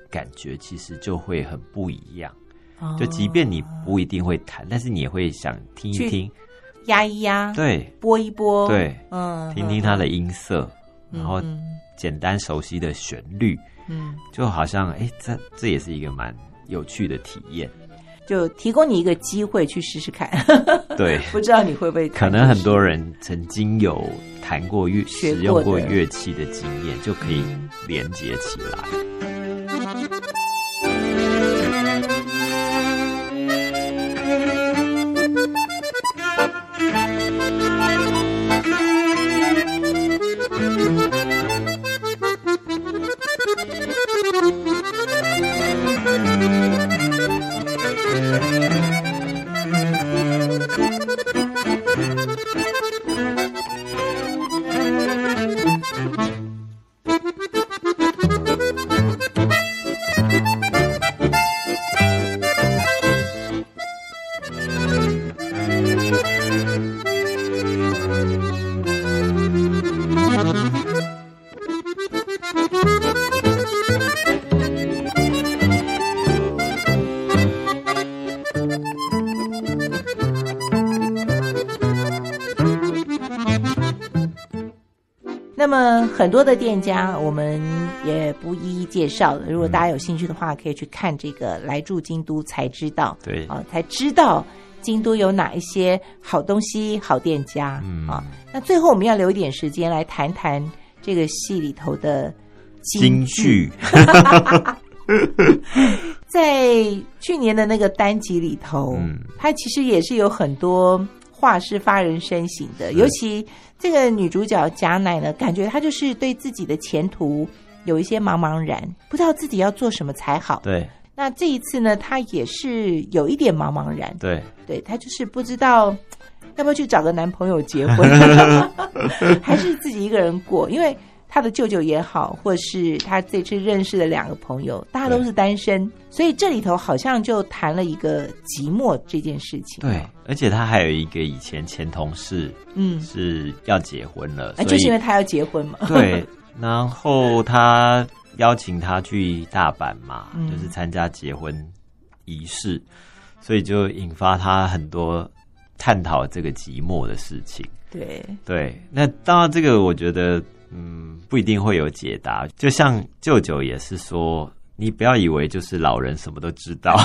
A: 感觉其实就会很不一样。哦、就即便你不一定会弹，但是你也会想听一听，
B: 压一压，
A: 对，
B: 拨一拨，
A: 对，嗯，听听它的音色，嗯、然后简单熟悉的旋律，嗯，就好像哎，这这也是一个蛮有趣的体验。
B: 就提供你一个机会去试试看，
A: 对，
B: 不知道你会不会
A: 可能很多人曾经有弹过乐、使用过乐器的经验，就可以连接起来。
B: 那么很多的店家我们也不一一介绍了，如果大家有兴趣的话，可以去看这个来住京都才知道，
A: 对
B: 啊，才知道京都有哪一些好东西、好店家、嗯、啊。那最后我们要留一点时间来谈谈这个戏里头的京剧。在去年的那个单集里头，嗯，它其实也是有很多话是发人深省的，尤其这个女主角贾乃呢，感觉她就是对自己的前途有一些茫茫然，不知道自己要做什么才好。
A: 对，
B: 那这一次呢，她也是有一点茫茫然。
A: 对，
B: 对，她就是不知道要不要去找个男朋友结婚，还是自己一个人过，因为他的舅舅也好，或是他这次认识的两个朋友，大家都是单身，所以这里头好像就谈了一个寂寞这件事情。
A: 对，而且他还有一个以前前同事，嗯，是要结婚了，
B: 啊、就是因为他要结婚嘛。
A: 对，然后他邀请他去大阪嘛，嗯、就是参加结婚仪式，所以就引发他很多探讨这个寂寞的事情。
B: 对
A: 对，那当然这个我觉得。嗯，不一定会有解答。就像舅舅也是说，你不要以为就是老人什么都知道。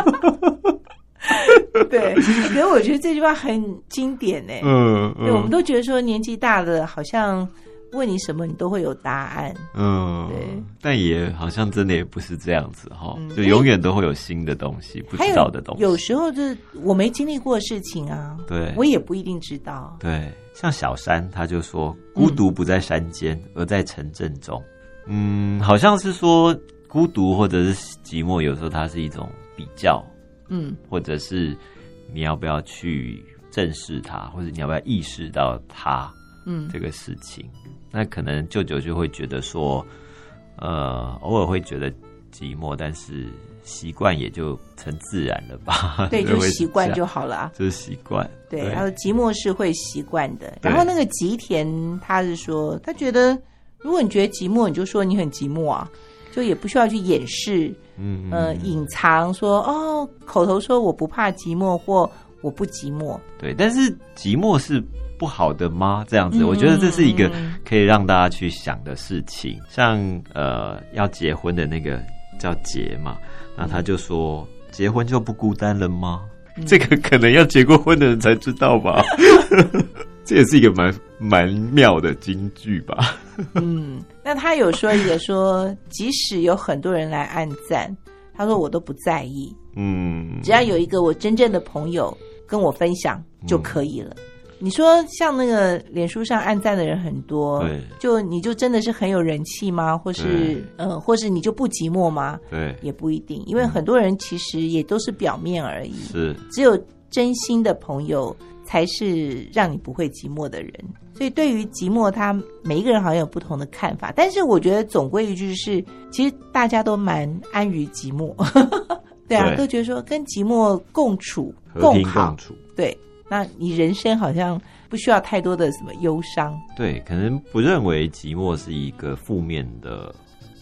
B: 对，可是我觉得这句话很经典哎。嗯嗯，对，我们都觉得说年纪大了，好像问你什么你都会有答案。嗯，对，
A: 但也好像真的也不是这样子哈、嗯，就永远都会有新的东西，不知道的东西。
B: 有, 有时候就是我没经历过的事情啊，
A: 对，
B: 我也不一定知道。
A: 对。像小山他就说孤独不在山间、嗯、而在城镇中。嗯，好像是说孤独或者是寂寞有时候它是一种比较，嗯，或者是你要不要去正视它，或者你要不要意识到它，嗯，这个事情。那可能舅舅就会觉得说呃，偶尔会觉得寂寞，但是习惯也就成自然了吧。
B: 对，就习惯就好了啊，
A: 就是习惯。
B: 对，然后寂寞是会习惯的。然后那个吉田他是说，他觉得如果你觉得寂寞，你就说你很寂寞啊，就也不需要去掩饰，嗯呃，隐藏说哦，口头说我不怕寂寞或我不寂寞。
A: 对，但是寂寞是不好的吗？这样子、嗯，我觉得这是一个可以让大家去想的事情。像呃，要结婚的那个叫结嘛。那他就说、嗯、结婚就不孤单了吗、嗯、这个可能要结过婚的人才知道吧。这也是一个蛮蛮妙的金句吧。
B: 嗯，那他有说一个说即使有很多人来按赞，他说我都不在意，嗯，只要有一个我真正的朋友跟我分享就可以了、嗯，你说像那个脸书上按赞的人很多，对，就你就真的是很有人气吗？或是呃，或是你就不寂寞吗？
A: 对，
B: 也不一定，因为很多人其实也都是表面而已，
A: 是
B: 只有真心的朋友才是让你不会寂寞的人。所以对于寂寞，他每一个人好像有不同的看法，但是我觉得总归一句是，其实大家都蛮安于寂寞。对啊，对，都觉得说跟寂寞共处
A: 和平共处，
B: 对。那你人生好像不需要太多的什么忧伤，
A: 对，可能不认为寂寞是一个负面的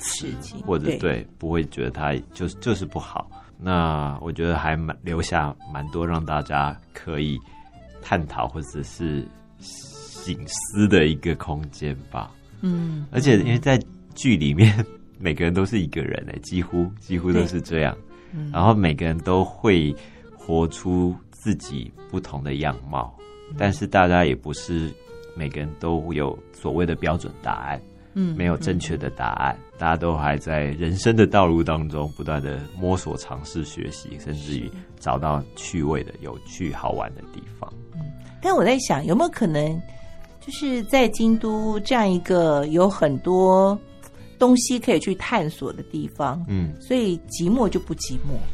A: 词
B: 事情，
A: 或者 对, 对不会觉得它就是就是不好。那我觉得还蛮留下蛮多让大家可以探讨或者是省思的一个空间吧。嗯，而且因为在剧里面每个人都是一个人诶、欸，几乎几乎都是这样。嗯，然后每个人都会活出自己不同的样貌，嗯，但是大家也不是每个人都有所谓的标准答案。嗯，没有正确的答案，嗯，大家都还在人生的道路当中不断的摸索、尝试、学习，甚至于找到趣味的、有趣、好玩的地方。
B: 嗯，但我在想，有没有可能，就是在京都这样一个有很多东西可以去探索的地方，嗯，所以寂寞就不寂寞。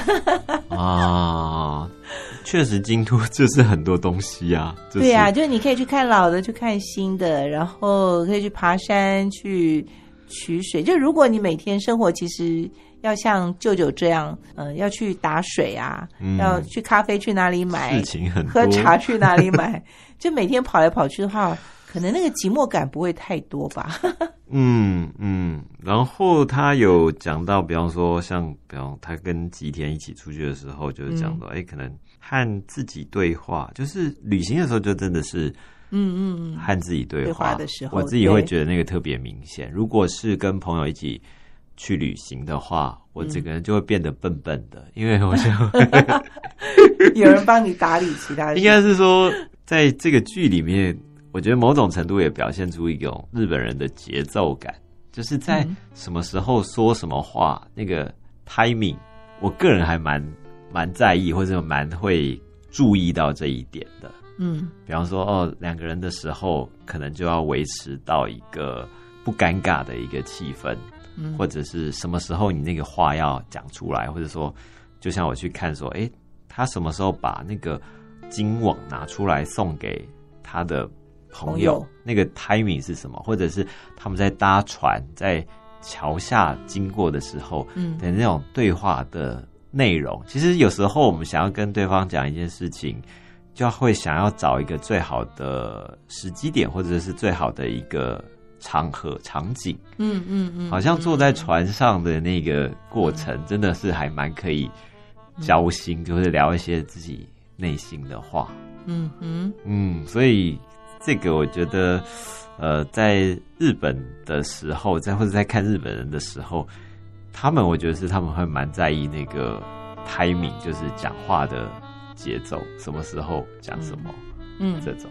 A: 啊，确实京都就是很多东西啊，就是，
B: 对啊，就是你可以去看老的，去看新的，然后可以去爬山，去取水。就如果你每天生活其实要像舅舅这样，呃，要去打水啊，嗯，要去咖啡去哪里买，
A: 事情很多，
B: 喝茶去哪里买，就每天跑来跑去的话，可能那个寂寞感不会太多吧。
A: 嗯嗯，然后他有讲到，比方说像，比方他跟吉田一起出去的时候，就是讲到，哎、嗯，可能和自己对话，就是旅行的时候，就真的是，嗯嗯，和自己对话,
B: 对话的时候，
A: 我自己会觉得那个特别明显。如果是跟朋友一起去旅行的话，我整个人就会变得笨笨的，嗯，因为我就
B: 有人帮你打理其他的事。
A: 应该是说，在这个剧里面。我觉得某种程度也表现出一种日本人的节奏感，就是在什么时候说什么话，嗯，那个 timing， 我个人还蛮蛮在意或者蛮会注意到这一点的。嗯，比方说哦，两个人的时候，可能就要维持到一个不尴尬的一个气氛，嗯，或者是什么时候你那个话要讲出来，或者说，就像我去看说，哎，他什么时候把那个金网拿出来送给他的朋友，那个 timing 是什么？或者是他们在搭船在桥下经过的时候，嗯，的那种对话的内容，其实有时候我们想要跟对方讲一件事情，就会想要找一个最好的时机点，或者是最好的一个场合场景。嗯嗯嗯，好像坐在船上的那个过程，嗯，真的是还蛮可以交心，嗯，就是聊一些自己内心的话。嗯嗯嗯，所以。这个我觉得，呃，在日本的时候，在或者在看日本人的时候，他们我觉得是他们会蛮在意那个 timing， 就是讲话的节奏，什么时候讲什么，嗯，嗯这种。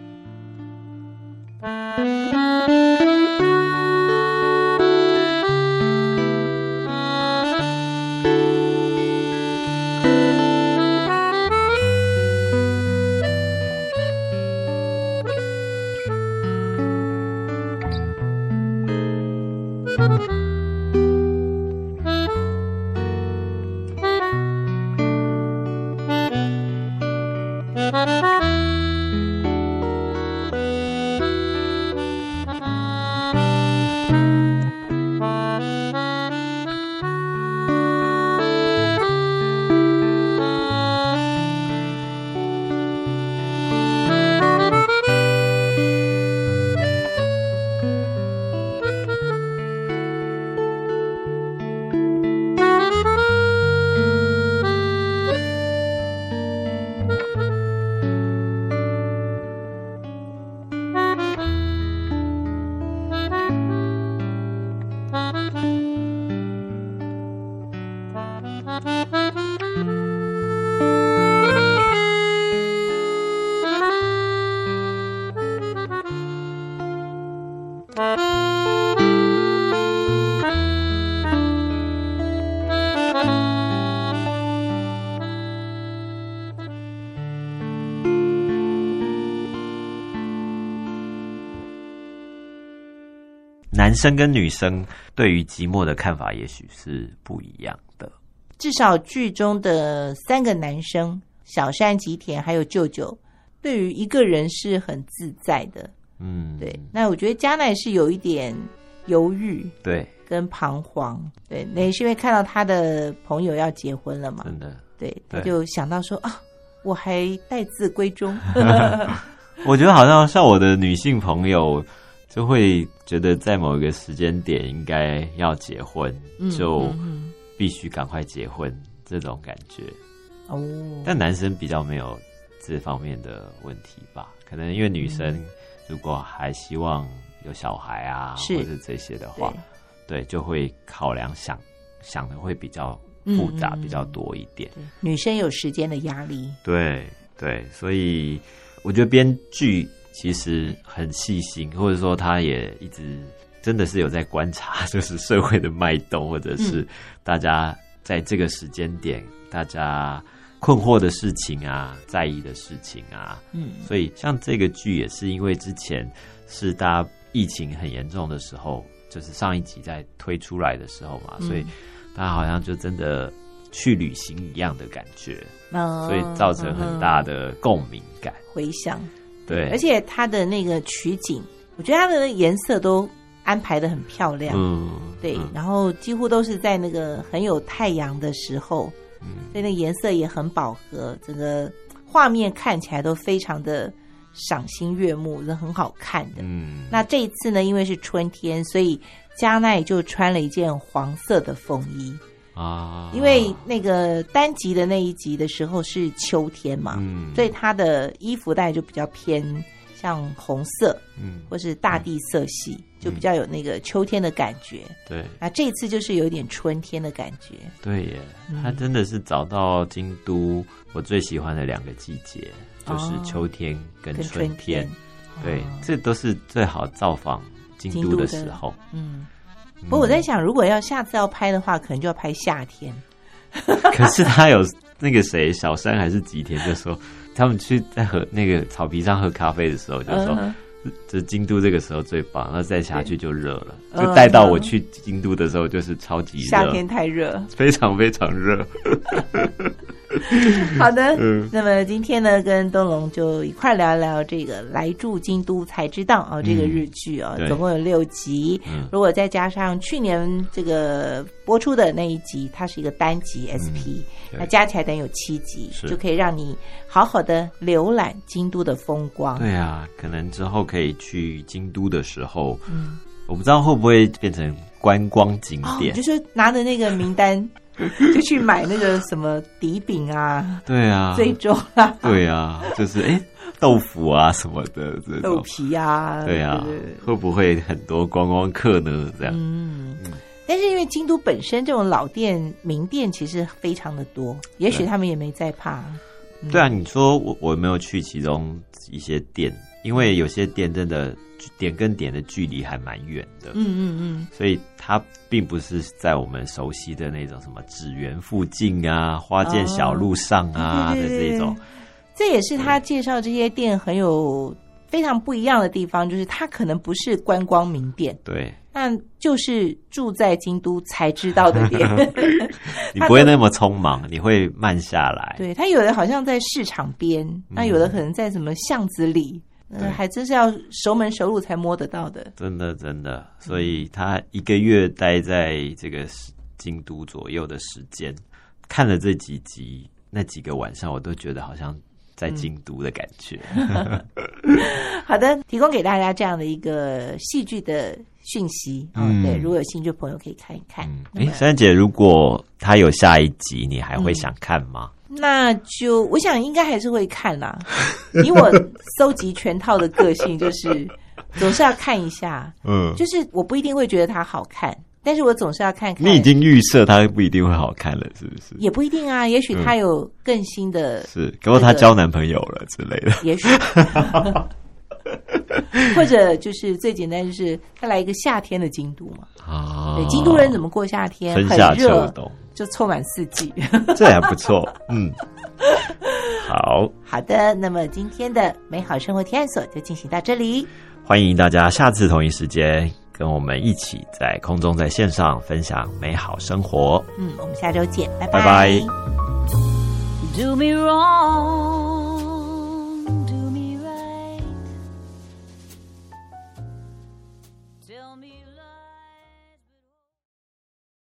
A: 男生跟女生对于寂寞的看法也许是不一样的。
B: 至少剧中的三个男生小山、吉田还有舅舅，对于一个人是很自在的。嗯，对。那我觉得加奈是有一点犹豫，
A: 对，
B: 跟彷徨。对，那也是因为看到他的朋友要结婚了嘛，
A: 真的，
B: 对，他就想到说啊，我还待字闺中。
A: 我觉得好像像我的女性朋友。 就会觉得在某一个时间点应该要结婚，嗯、就必须赶快结婚这种感觉。哦，但男生比较没有这方面的问题吧？可能因为女生如果还希望有小孩啊，或者这些的话，对，对，就会考量想想的会比较复杂，嗯、比较多一点。
B: 女生有时间的压力，
A: 对对，所以我觉得编剧其实很细心，或者说他也一直真的是有在观察，就是社会的脉动，或者是大家在这个时间点，大家困惑的事情啊，在意的事情啊，嗯，所以像这个剧也是因为之前是大家疫情很严重的时候，就是上一集在推出来的时候嘛，嗯、所以大家好像就真的去旅行一样的感觉，哦、所以造成很大的共鸣感、
B: 回响。
A: 对，
B: 而且它的那个取景，我觉得它的颜色都安排得很漂亮。嗯，对，嗯、然后几乎都是在那个很有太阳的时候，嗯，所以那个颜色也很饱和，整个画面看起来都非常的赏心悦目，是很好看的。嗯，那这一次呢，因为是春天，所以嘉奈就穿了一件黄色的风衣。啊，因为那个单集的那一集的时候是秋天嘛，嗯，所以他的衣服大概就比较偏像红色，嗯，或是大地色系，嗯、就比较有那个秋天的感觉。对，那这次就是有点春天的感觉。对
A: 耶，嗯、他真的是找到京都我最喜欢的两个季节，就是秋天跟春天。哦、对，哦、这都是最好造访京都的时候。嗯。
B: 不过我在想，如果要下次要拍的话，可能就要拍夏天。
A: 可是他有那个谁，小山还是吉田就说，他们去在喝那个草皮上喝咖啡的时候，就说，嗯、这京都这个时候最棒，那再下去就热了。就带到我去京都的时候，就是超级热，
B: 夏天太热，
A: 非常非常热。
B: 好的，嗯、那么今天呢，跟东龙就一块聊一聊这个来住京都才知道哦，这个日剧哦，嗯、总共有六集，嗯、如果再加上去年这个播出的那一集，它是一个单集 S P，嗯、那加起来等于有七集，就可以让你好好的浏览京都的风光。
A: 对啊，可能之后可以去京都的时候，嗯，我不知道会不会变成观光景点，
B: 哦、就是拿着那个名单。就去买那个什么底饼啊，
A: 对啊，
B: 追粥啊，
A: 对啊，就是哎、欸、豆腐啊什么的，这种
B: 豆皮啊，
A: 对啊，对对对，会不会很多观光客呢？这样，嗯
B: 嗯。但是因为京都本身这种老店名店其实非常的多，也许他们也没在怕。
A: 对, 嗯、对啊，你说我我没有去其中一些店，因为有些店真的点跟点的距离还蛮远的，嗯嗯嗯，所以它并不是在我们熟悉的那种什么纸园附近啊、花见小路上啊、哦、的这种。
B: 这也是他介绍这些店很有非常不一样的地方，就是它可能不是观光名店，
A: 对，
B: 那就是住在京都才知道的店。
A: 你不会那么匆忙，你会慢下来。
B: 对，它有的好像在市场边，那有的可能在什么巷子里。嗯，还真是要熟门熟路才摸得到的，
A: 真的真的。所以他一个月待在这个京都左右的时间，看了这几集，那几个晚上，我都觉得好像在京都的感觉。嗯、
B: 好的，提供给大家这样的一个戏剧的讯息啊、嗯哦，对，如果有兴趣的朋友可以看一看。
A: 哎、嗯，珊姐，如果他有下一集，你还会想看吗？
B: 嗯那就我想应该还是会看啦，以我搜集全套的个性，就是总是要看一下，嗯，就是我不一定会觉得它好看，但是我总是要看看。
A: 你已经预设它不一定会好看了，是不是？
B: 也不一定啊，也许它有更新的、
A: 嗯，是，给我她交男朋友了之类的，
B: 也许。或者就是最简单，就是他来一个夏天的京都嘛。啊，对，京都人怎么过夏天？
A: 春夏秋冬，
B: 就凑满四季，
A: 这还不错。嗯，好
B: 好的。那么今天的美好生活提案所就进行到这里，欢
A: 迎大家下次同一时间跟我们一起在空中在线上分享美好生活。
B: 嗯，我们下周见，拜
A: 拜拜。
C: Do me wrong